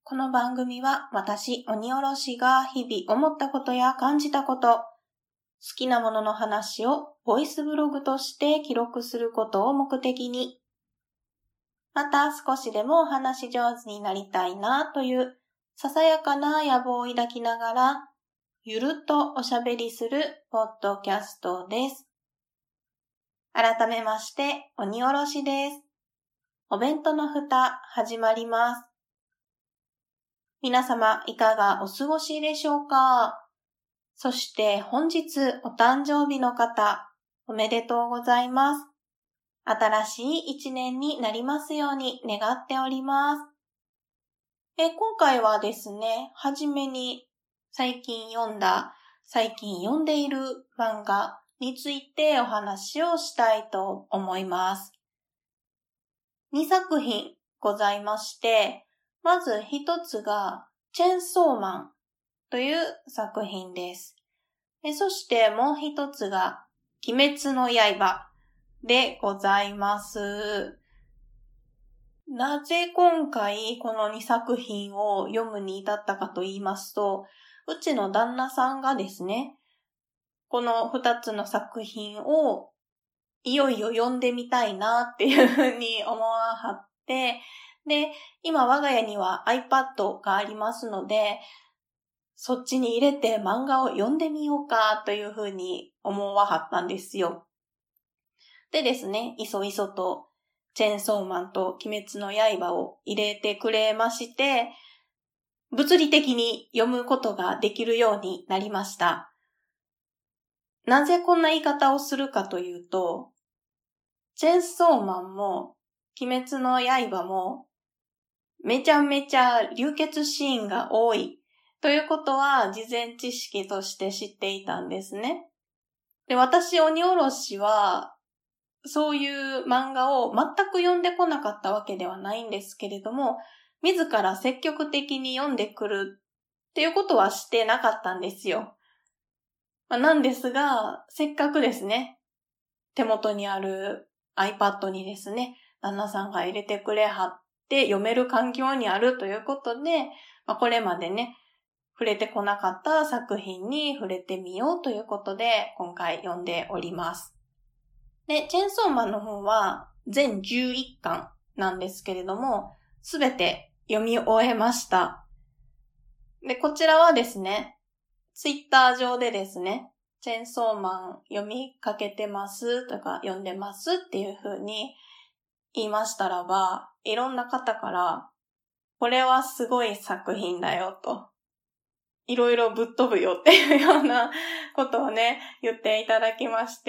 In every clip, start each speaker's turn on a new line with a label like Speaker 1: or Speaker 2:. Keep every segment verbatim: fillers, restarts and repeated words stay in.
Speaker 1: この番組は私、鬼おろしが日々思ったことや感じたこと、好きなものの話をボイスブログとして記録することを目的に、また少しでもお話し上手になりたいなというささやかな野望を抱きながら、ゆるっとおしゃべりするポッドキャストです。改めまして、鬼おろしです。お弁当の蓋、始まります。皆様いかがお過ごしでしょうか？そして本日お誕生日の方、おめでとうございます。新しい一年になりますように願っております。え今回はですね、はじめに最近読んだ、最近読んでいる漫画についてお話をしたいと思います。にさく品ございまして、まず一つがチェンソーマンという作品です。えそしてもう一つが鬼滅の刃でございます。なぜ今回このにさく品を読むに至ったかと言いますと、うちの旦那さんがですね、このふたつの作品をいよいよ読んでみたいなっていうふうに思わはって、で、今我が家には iPad がありますので、そっちに入れて漫画を読んでみようかというふうに思わはったんですよ。でですね、いそいそとチェンソーマンと鬼滅の刃を入れてくれまして、物理的に読むことができるようになりました。なぜこんな言い方をするかというと、チェンソーマンも鬼滅の刃もめちゃめちゃ流血シーンが多いということは事前知識として知っていたんですね。で、私鬼おろしはそういう漫画を全く読んでこなかったわけではないんですけれども、自ら積極的に読んでくるっていうことはしてなかったんですよ。まあ、なんですが、せっかくですね、手元にある iPad にですね、旦那さんが入れてくれはって読める環境にあるということで、まあ、これまでね、触れてこなかった作品に触れてみようということで、今回読んでおります。で、チェンソーマンの方は全じゅういっかんなんですけれども、すべて読み終えました。で、こちらはですね、ツイッター上でですね、チェンソーマン読みかけてますとか読んでますっていう風に言いましたらば、いろんな方からこれはすごい作品だよと、いろいろぶっ飛ぶよっていうようなことをね、言っていただきまして、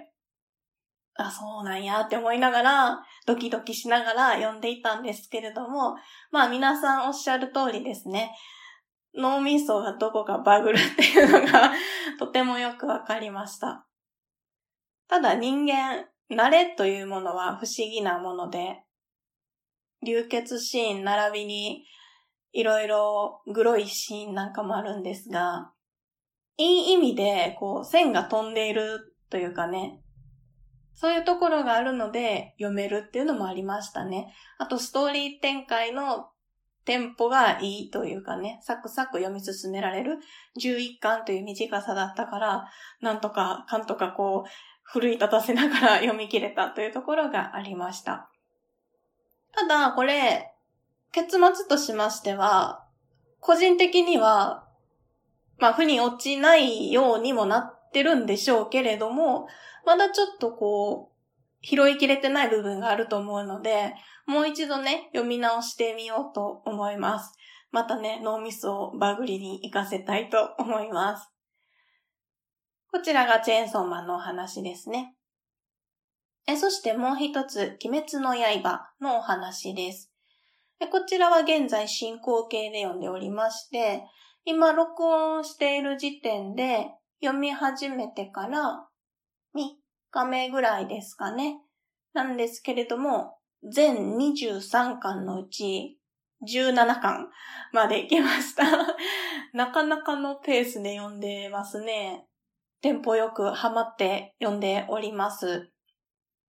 Speaker 1: あ、そうなんやって思いながら、ドキドキしながら読んでいたんですけれども、まあ皆さんおっしゃる通りですね、脳みそがどこかバグるっていうのがとてもよくわかりました。ただ人間、慣れというものは不思議なもので、流血シーン並びにいろいろグロいシーンなんかもあるんですが、いい意味でこう線が飛んでいるというかね、そういうところがあるので読めるっていうのもありましたね。あとストーリー展開のテンポがいいというかね、サクサク読み進められるじゅういっかんという短さだったから、なんとかかんとかこう、奮い立たせながら読み切れたというところがありました。ただ、これ、結末としましては、個人的には、まあ、腑に落ちないようにもなってるんでしょうけれども、まだちょっとこう、拾いきれてない部分があると思うので、もう一度ね、読み直してみようと思います。またね、脳みそをバグりに活かせたいと思います。こちらがチェーンソーマンのお話ですね。えそしてもう一つ、鬼滅の刃のお話です。えこちらは現在進行形で読んでおりまして、今録音している時点で読み始めてからみっかめぐらいですかね。なんですけれども、全にじゅうさんかんのうちじゅうななかんまで来ました。なかなかのペースで読んでますね。テンポよくハマって読んでおります。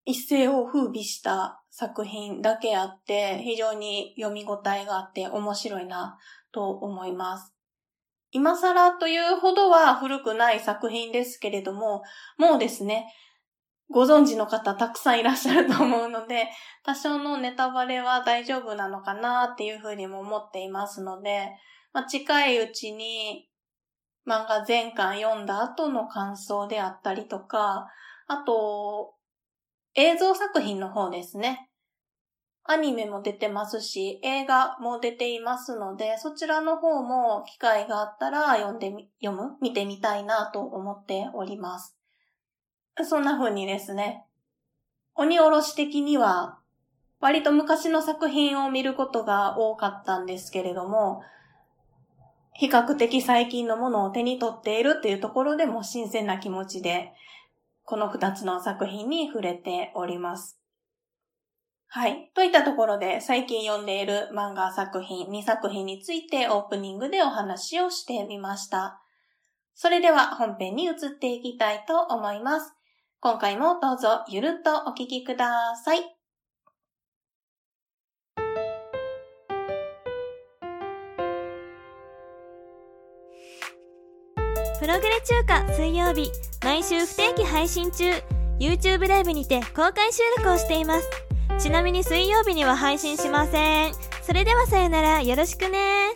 Speaker 1: 一世を風靡した作品だけあって、非常に読み応えがあって面白いなと思います。今更というほどは古くない作品ですけれども、もうですね、ご存知の方たくさんいらっしゃると思うので、多少のネタバレは大丈夫なのかなっていうふうにも思っていますので、まあ、近いうちに漫画全巻読んだ後の感想であったりとか、あと、映像作品の方ですね。アニメも出てますし、映画も出ていますので、そちらの方も機会があったら読んでみ、読む、見てみたいなと思っております。そんな風にですね、鬼おろし的には、割と昔の作品を見ることが多かったんですけれども、比較的最近のものを手に取っているというところでも新鮮な気持ちで、この二つの作品に触れております。はい。といったところで、最近読んでいる漫画作品にさく品についてオープニングでお話をしてみました。それでは本編に移っていきたいと思います。今回もどうぞゆるっとお聞きください。
Speaker 2: プログレ中華水曜日、毎週不定期配信中。 YouTube ライブにて公開収録をしています。ちなみに水曜日には配信しません。それではさよなら、よろしくね。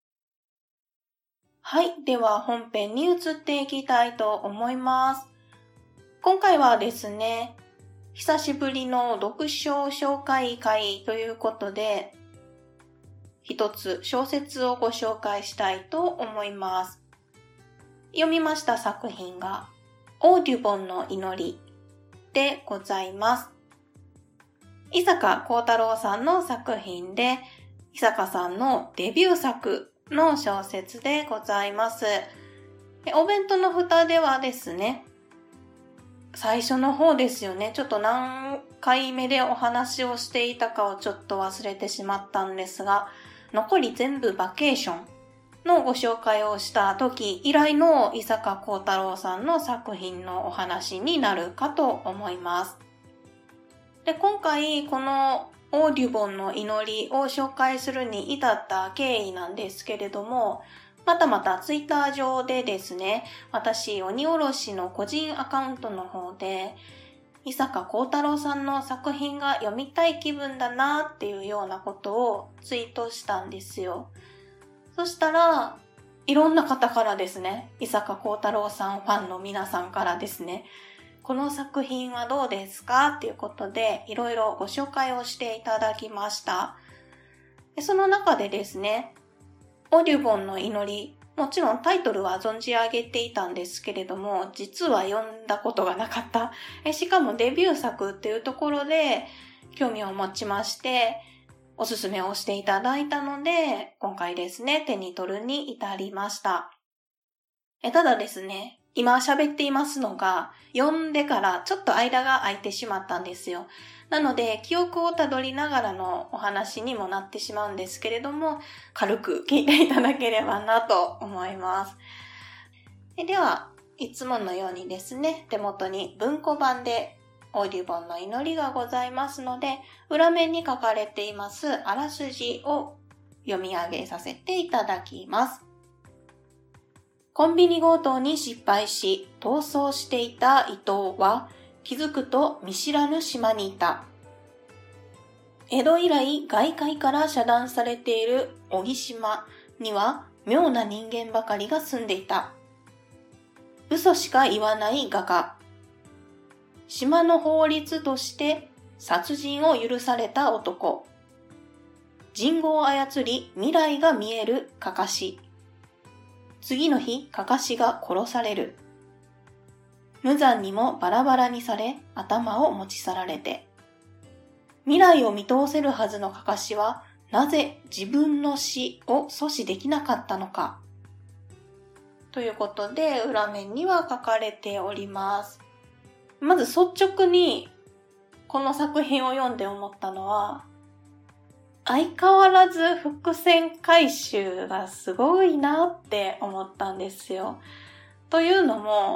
Speaker 1: はい、では本編に移っていきたいと思います。今回はですね、久しぶりの読書紹介会ということで、一つ小説をご紹介したいと思います。読みました作品が、オーデュボンの祈りでございます。伊坂幸太郎さんの作品で、伊坂さんのデビュー作の小説でございます。お弁当の蓋ではですね、最初の方ですよね。ちょっと何回目でお話をしていたかをちょっと忘れてしまったんですが、残り全部バケーションのご紹介をした時以来の伊坂幸太郎さんの作品のお話になるかと思います。で、今回このオーデュボンの祈りを紹介するに至った経緯なんですけれども、またまたツイッター上でですね、私鬼おろしの個人アカウントの方で伊坂幸太郎さんの作品が読みたい気分だなっていうようなことをツイートしたんですよ。そしたらいろんな方からですね、伊坂幸太郎さんファンの皆さんからですね、この作品はどうですかっていうことでいろいろご紹介をしていただきました。でその中でですね、オーデュボンの祈り、もちろんタイトルは存じ上げていたんですけれども、実は読んだことがなかった。えしかもデビュー作っていうところで興味を持ちまして、おすすめをしていただいたので、今回ですね、手に取るに至りました。えただですね、今喋っていますのが、読んでからちょっと間が空いてしまったんですよ。なので、記憶をたどりながらのお話にもなってしまうんですけれども、軽く聞いていただければなと思います。では、いつものようにですね、手元に文庫版でオーデュボンの祈りがございますので、裏面に書かれていますあらすじを読み上げさせていただきます。コンビニ強盗に失敗し、逃走していた伊藤は、気づくと見知らぬ島にいた。江戸以来外界から遮断されている小木島には妙な人間ばかりが住んでいた。嘘しか言わない画家。島の法律として殺人を許された男。人語を操り未来が見えるかかし。次の日、かかしが殺される。無残にもバラバラにされ、頭を持ち去られて。未来を見通せるはずのかかしは、なぜ自分の死を阻止できなかったのか。ということで、裏面には書かれております。まず率直に、この作品を読んで思ったのは、相変わらず伏線回収がすごいなって思ったんですよ。というのも、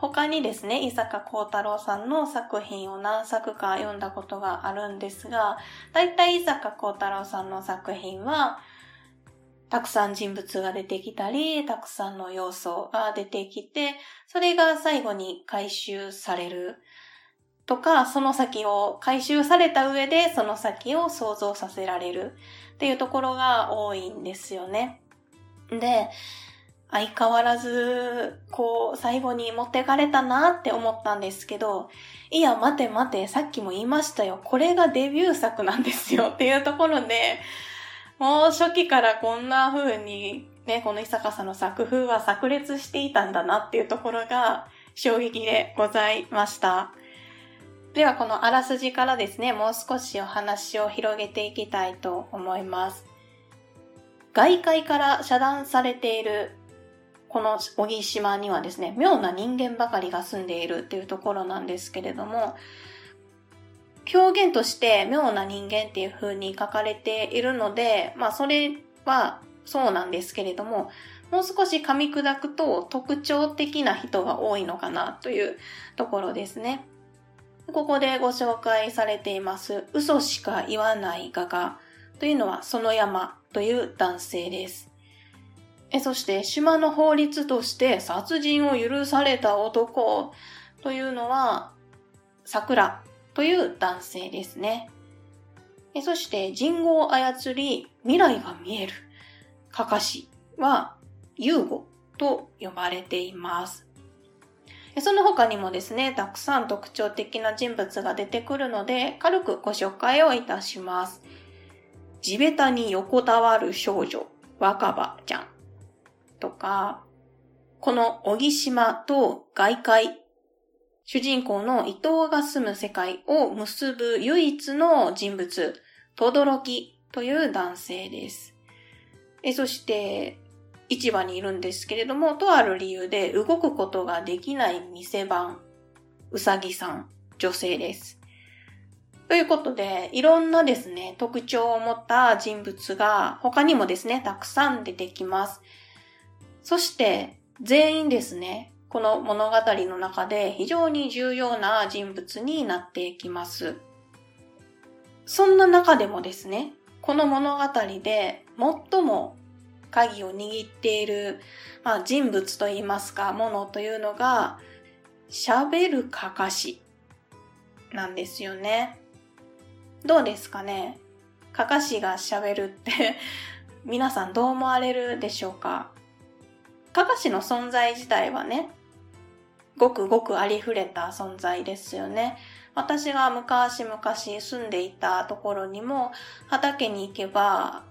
Speaker 1: 他にですね、伊坂幸太郎さんの作品を何作か読んだことがあるんですが、だいたい伊坂幸太郎さんの作品は、たくさん人物が出てきたり、たくさんの要素が出てきて、それが最後に回収されるとか、その先を回収された上でその先を想像させられるっていうところが多いんですよね。で、相変わらず、こう、最後に持ってかれたなって思ったんですけど、いや、待て待て、さっきも言いましたよ。これがデビュー作なんですよっていうところで、もう初期からこんな風に、ね、この伊坂さんの作風は炸裂していたんだなっていうところが衝撃でございました。では、このあらすじからですね、もう少しお話を広げていきたいと思います。外界から遮断されているこの小木島にはですね、妙な人間ばかりが住んでいるっていうところなんですけれども、表現として妙な人間っていう風に書かれているので、まあそれはそうなんですけれども、もう少し噛み砕くと特徴的な人が多いのかなというところですね。ここでご紹介されています、嘘しか言わない画家というのは園山という男性です。えそして島の法律として殺人を許された男というのは桜という男性ですね。えそして人語を操り未来が見えるかかしは遊語と呼ばれています。その他にもですね、たくさん特徴的な人物が出てくるので軽くご紹介をいたします。地べたに横たわる少女若葉ちゃんとか、この小木島と外界、主人公の伊藤が住む世界を結ぶ唯一の人物、轟という男性です。えそして、市場にいるんですけれども、とある理由で動くことができない店番、うさぎさん、女性です。ということで、いろんなですね、特徴を持った人物が他にもですね、たくさん出てきます。そして全員ですね、この物語の中で非常に重要な人物になっていきます。そんな中でもですね、この物語で最も鍵を握っている、まあ、人物といいますか、ものというのが喋るかかしなんですよね。どうですかね？かかしが喋るって皆さんどう思われるでしょうか？かかしの存在自体はね、ごくごくありふれた存在ですよね。私が昔々住んでいたところにも畑に行けば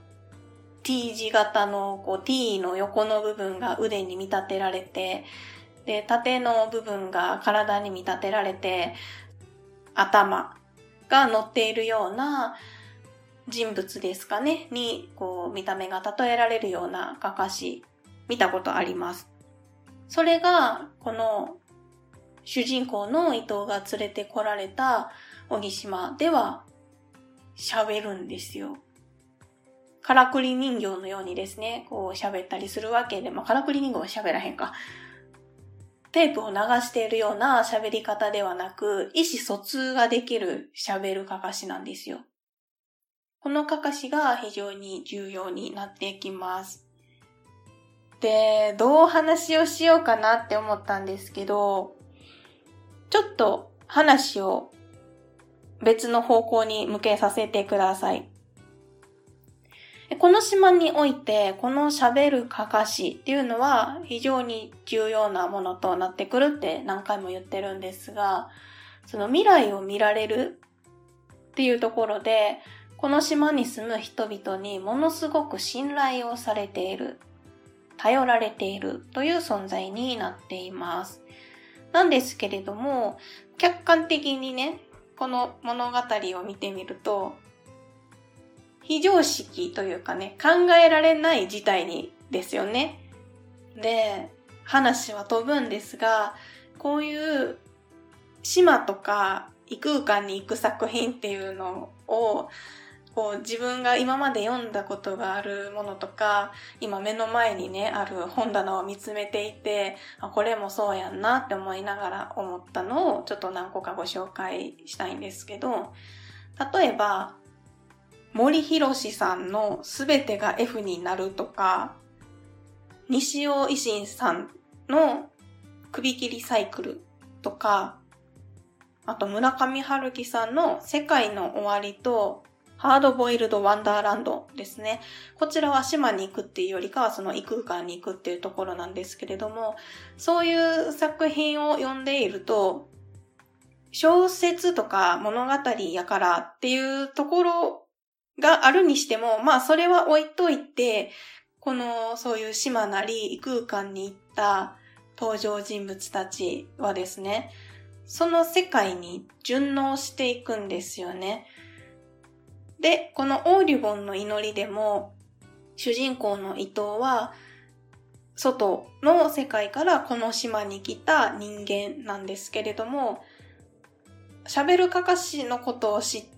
Speaker 1: T 字型のこう T の横の部分が腕に見立てられて、で縦の部分が体に見立てられて、頭が乗っているような人物ですかねにこう見た目が例えられるようなかかし見たことあります。それがこの主人公の伊藤が連れてこられた小木島では喋るんですよ。からくり人形のようにですね、こう喋ったりするわけで、まあ、からくり人形は喋らへんか。テープを流しているような喋り方ではなく、意思疎通ができる喋るかかしなんですよ。このかかしが非常に重要になっていきます。で、どう話をしようかなって思ったんですけど、ちょっと話を別の方向に向けさせてください。この島において、この喋るかかしっていうのは非常に重要なものとなってくるって何回も言ってるんですが、その未来を見られるっていうところで、この島に住む人々にものすごく信頼をされている。頼られているという存在になっています。なんですけれども、客観的にね、この物語を見てみると、非常識というかね、考えられない事態にですよね。で、話は飛ぶんですが、こういう島とか異空間に行く作品っていうのをこう自分が今まで読んだことがあるものとか、今目の前にね、ある本棚を見つめていて、あ、これもそうやんなって思いながら思ったのをちょっと何個かご紹介したいんですけど、例えば、森博さんのすべてが F になるとか、西尾維新さんの首切りサイクルとか、あと村上春樹さんの世界の終わりとハードボイルドワンダーランドですね。こちらは島に行くっていうよりかはその異空間に行くっていうところなんですけれども、そういう作品を読んでいると、小説とか物語やからっていうところがあるにしても、まあそれは置いといて、このそういう島なり異空間に行った登場人物たちはですね、その世界に順応していくんですよね。で、このオーリュボンの祈りでも、主人公の伊藤は、外の世界からこの島に来た人間なんですけれども、喋るかかしのことを知って、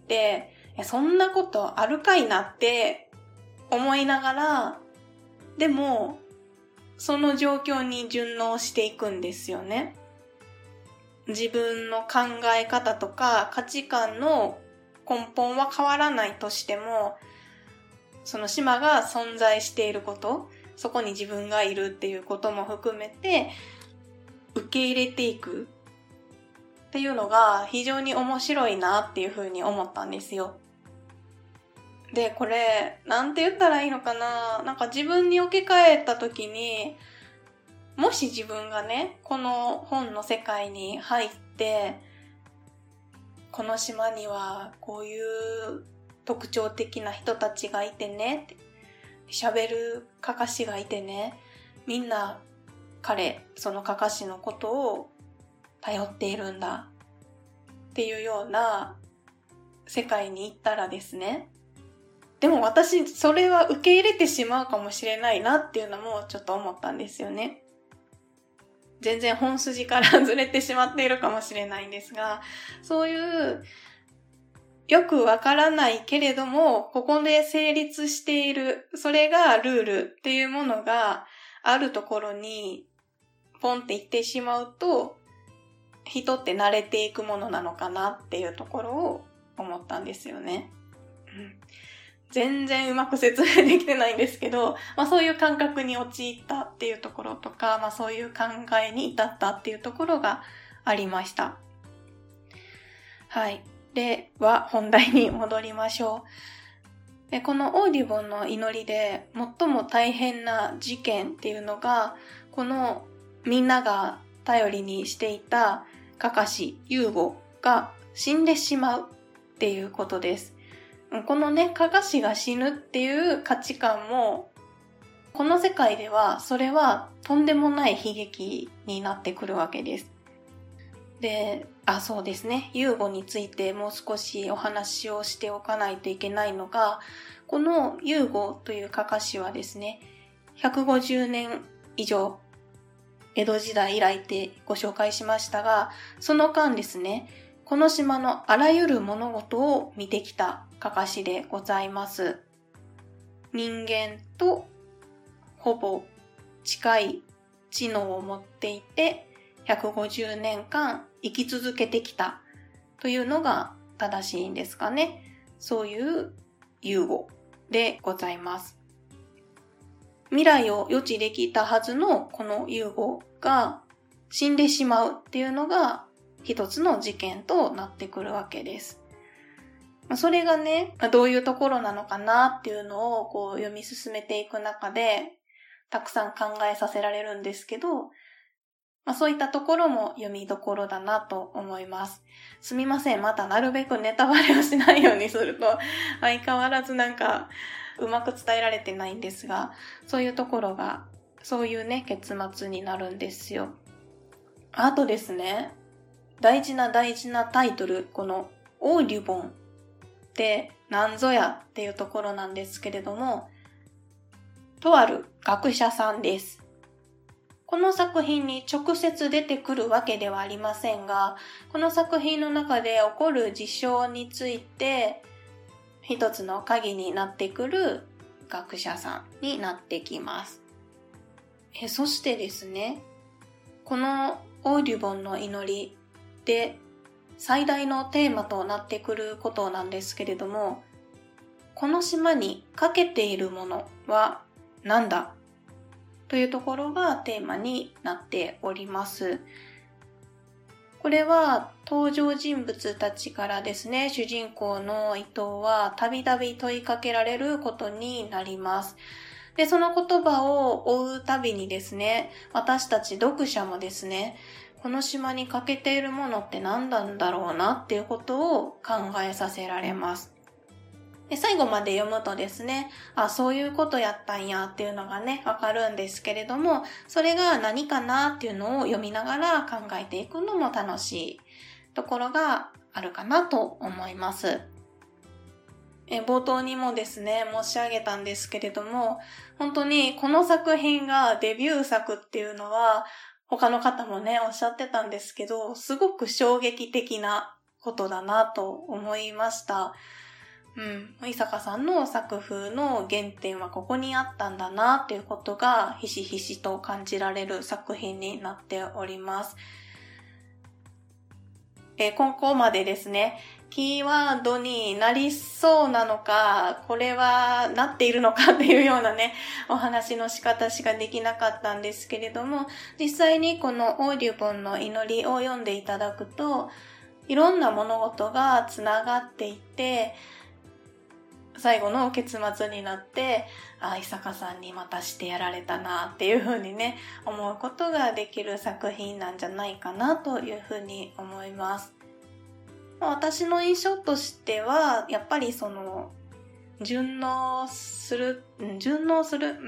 Speaker 1: そんなことあるかいなって思いながら、でも、その状況に順応していくんですよね。自分の考え方とか価値観の根本は変わらないとしても、その島が存在していること、そこに自分がいるっていうことも含めて受け入れていくっていうのが非常に面白いなっていうふうに思ったんですよ。で、これなんて言ったらいいのかな、なんか自分に置き換えた時に、もし自分がね、この本の世界に入って、この島にはこういう特徴的な人たちがいてね、喋るかかしがいてね、みんな彼、そのかかしのことを頼っているんだっていうような世界に行ったらですね、でも私それは受け入れてしまうかもしれないなっていうのもちょっと思ったんですよね。全然本筋からずれてしまっているかもしれないんですが、そういうよくわからないけれども、ここで成立している、それがルールっていうものがあるところにポンって行ってしまうと、人って慣れていくものなのかなっていうところを思ったんですよね。うん、全然うまく説明できてないんですけど、まあそういう感覚に陥ったっていうところとか、まあそういう考えに至ったっていうところがありました。はい。では本題に戻りましょう。で、このオーディボンの祈りで最も大変な事件っていうのが、このみんなが頼りにしていたかかし、ユーゴが死んでしまうっていうことです。このね、かかしが死ぬっていう価値観も、この世界ではそれはとんでもない悲劇になってくるわけです。で、あ、そうですね。ユーゴについてもう少しお話をしておかないといけないのが、このユーゴというかかしはですね、ひゃくごじゅうねん以上、江戸時代以来ってご紹介しましたが、その間ですね、この島のあらゆる物事を見てきたかかしでございます。人間とほぼ近い知能を持っていて、ひゃくごじゅうねんかん生き続けてきたというのが正しいんですかね。そういうユーゴでございます。未来を予知できたはずのこのユーゴが死んでしまうっていうのが一つの事件となってくるわけです。それがね、どういうところなのかなっていうのをこう読み進めていく中でたくさん考えさせられるんですけど、まあ、そういったところも読みどころだなと思います。すみません。またなるべくネタバレをしないようにすると、相変わらずなんかうまく伝えられてないんですが、そういうところが、そういうね、結末になるんですよ。あとですね、大事な大事なタイトル、このオーデュボンって何ぞやっていうところなんですけれども、とある学者さんです。この作品に直接出てくるわけではありませんが、この作品の中で起こる事象について一つの鍵になってくる学者さんになってきます。えそしてですね、このオーデュボンの祈りで最大のテーマとなってくることなんですけれども、この島にかけているものは何だというところがテーマになっております。これは登場人物たちからですね、主人公の伊藤はたびたび問いかけられることになります。で、その言葉を追うたびにですね、私たち読者もですね、この島に欠けているものって何なんだろうなっていうことを考えさせられます。で、最後まで読むとですね、あ、そういうことやったんやっていうのがね、わかるんですけれども、それが何かなっていうのを読みながら考えていくのも楽しいところがあるかなと思います。え冒頭にもですね、申し上げたんですけれども、本当にこの作品がデビュー作っていうのは、他の方もね、おっしゃってたんですけど、すごく衝撃的なことだなと思いました。うん、伊坂さんの作風の原点はここにあったんだなっていうことがひしひしと感じられる作品になっております。えー、今後までですね、キーワードになりそうなのか、これはなっているのかっていうようなね、お話の仕方しかできなかったんですけれども、実際にこのオーデュボンの祈りを読んでいただくと、いろんな物事がつながっていて、最後の結末になって、あ、伊坂さんにまたしてやられたなっていう風にね、思うことができる作品なんじゃないかなという風に思います。私の印象としては、やっぱりその、順応する、順応する、うん、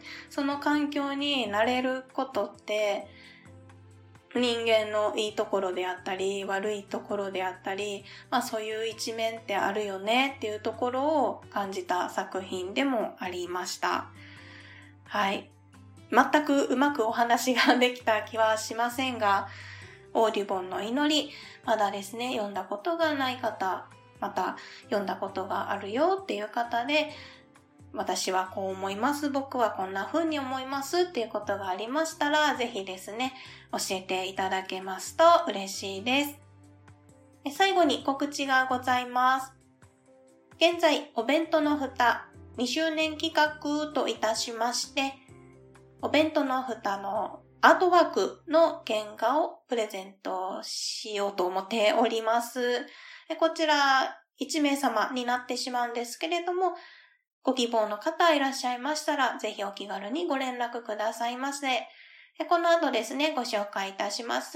Speaker 1: その環境に慣れることって、人間のいいところであったり、悪いところであったり、まあそういう一面ってあるよねっていうところを感じた作品でもありました。はい。全くうまくお話ができた気はしませんが、オーデュボンの祈り、まだですね、読んだことがない方、また読んだことがあるよっていう方で、私はこう思います、僕はこんな風に思いますっていうことがありましたら、ぜひですね、教えていただけますと嬉しいです。最後に告知がございます。現在、お弁当の蓋にしゅうねん企画といたしまして、お弁当の蓋のアートワークの原画をプレゼントしようと思っております。こちらいちめいさまになってしまうんですけれども、ご希望の方いらっしゃいましたら、ぜひお気軽にご連絡くださいませ。この後ですね、ご紹介いたします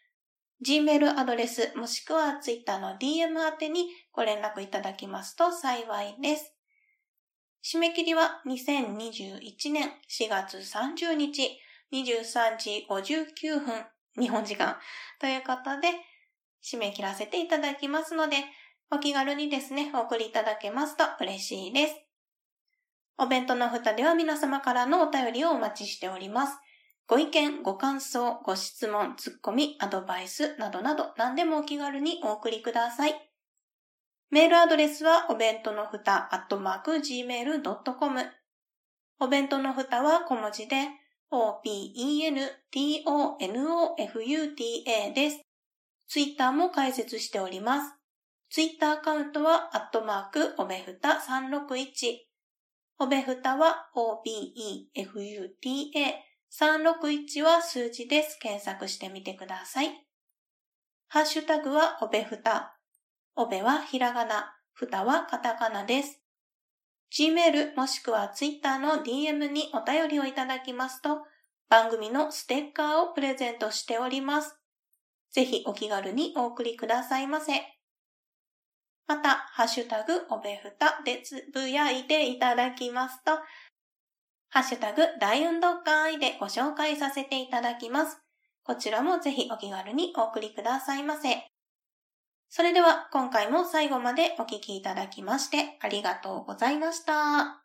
Speaker 1: 。Gmail アドレスもしくは Twitter の ディーエム 宛てにご連絡いただきますと幸いです。締め切りはにせんにじゅういちねんしがつさんじゅうにちにじゅうさんじごじゅうきゅうふん日本時間ということで締め切らせていただきますので、お気軽にですね、お送りいただけますと嬉しいです。お弁当の蓋では皆様からのお便りをお待ちしております。ご意見、ご感想、ご質問、ツッコミ、アドバイスなどなど何でもお気軽にお送りください。メールアドレスはお弁当のふたアットマークジーメールドットコム。お弁当のふたは小文字で オーピーイーエヌティーオーエヌオーエフユーティーエー です。ツイッターも開設しております。ツイッターアカウントはアットマークおべふたさんろくいち。おべふたは オーピーイーエフユーティーエー。さんろくいちは数字です。検索してみてください。ハッシュタグはおべふた。おべはひらがな、ふたはカタカナです。Gmail もしくは Twitter の ディーエム にお便りをいただきますと、番組のステッカーをプレゼントしております。ぜひお気軽にお送りくださいませ。また、ハッシュタグおべふたでつぶやいていただきますと、ハッシュタグ大運動会でご紹介させていただきます。こちらもぜひお気軽にお送りくださいませ。それでは今回も最後までお聞きいただきましてありがとうございました。